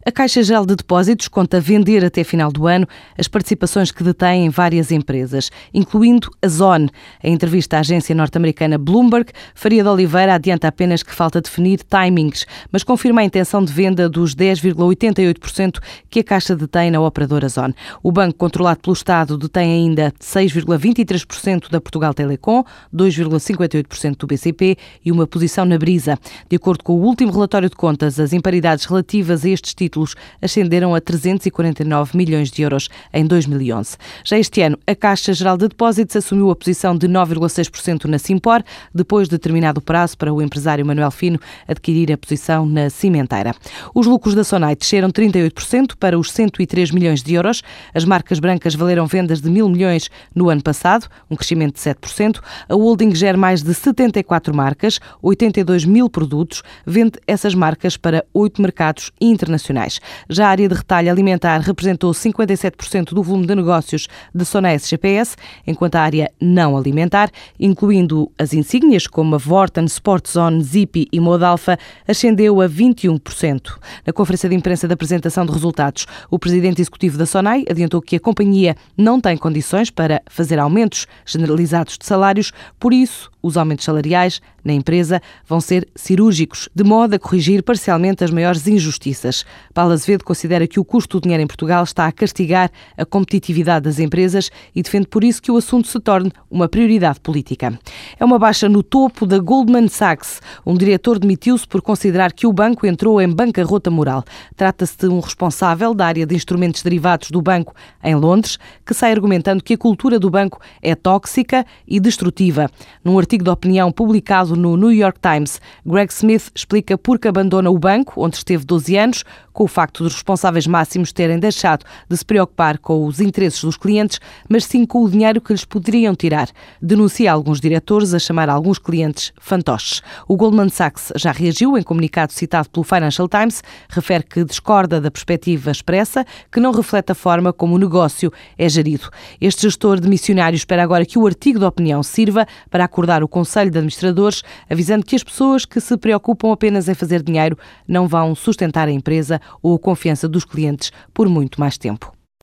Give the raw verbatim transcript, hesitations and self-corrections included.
A Caixa Geral de Depósitos conta vender até final do ano as participações que detém em várias empresas, incluindo a Zon. Em entrevista à agência norte-americana Bloomberg, Faria de Oliveira adianta apenas que falta definir timings, mas confirma a intenção de venda dos dez vírgula oitenta e oito por cento que a Caixa detém na operadora Zon. O banco controlado pelo Estado detém ainda seis vírgula vinte e três por cento da Portugal Telecom, dois vírgula cinquenta e oito por cento do B C P e uma posição na Brisa. De acordo com o último relatório de contas, as imparidades relativas a estes títulos ascenderam a trezentos e quarenta e nove milhões de euros em dois mil e onze. Já este ano, a Caixa Geral de Depósitos assumiu a posição de nove vírgula seis por cento na Simpor, depois de terminado o prazo para o empresário Manuel Fino adquirir a posição na Cimenteira. Os lucros da Sonai desceram trinta e oito por cento para os cento e três milhões de euros. As marcas brancas valeram vendas de mil milhões no ano passado, um crescimento de sete por cento. A holding gera mais de setenta e quatro marcas, oitenta e dois mil produtos, vende essas marcas para oito mercados internacionais. Já a área de retalho alimentar representou cinquenta e sete por cento do volume de negócios de Sonai S G P S, enquanto a área não alimentar, incluindo as insígnias como a Vorten, Sportzone, Zippy e Modalfa, ascendeu a vinte e um por cento. Na conferência de imprensa da apresentação de resultados, o presidente executivo da Sonai adiantou que a companhia não tem condições para fazer aumentos generalizados de salários, por isso os aumentos salariais na empresa vão ser cirúrgicos, de modo a corrigir parcialmente as maiores injustiças. Paulo Azevedo considera que o custo do dinheiro em Portugal está a castigar a competitividade das empresas e defende por isso que o assunto se torne uma prioridade política. É uma baixa no topo da Goldman Sachs. Um diretor demitiu-se por considerar que o banco entrou em bancarrota moral. Trata-se de um responsável da área de instrumentos derivados do banco em Londres, que sai argumentando que a cultura do banco é tóxica e destrutiva. Num artigo de opinião publicado no New York Times, Greg Smith explica por que abandona o banco, onde esteve doze anos, com o facto dos responsáveis máximos terem deixado de se preocupar com os interesses dos clientes, mas sim com o dinheiro que lhes poderiam tirar. Denuncia alguns diretores a chamar alguns clientes fantoches. O Goldman Sachs já reagiu em comunicado citado pelo Financial Times, refere que discorda da perspectiva expressa, que não reflete a forma como o negócio é gerido. Este gestor de missionário espera agora que o artigo de opinião sirva para acordar o Conselho de Administradores, avisando que as pessoas que se preocupam apenas em fazer dinheiro não vão sustentar a empresa ou a confiança dos clientes por muito mais tempo.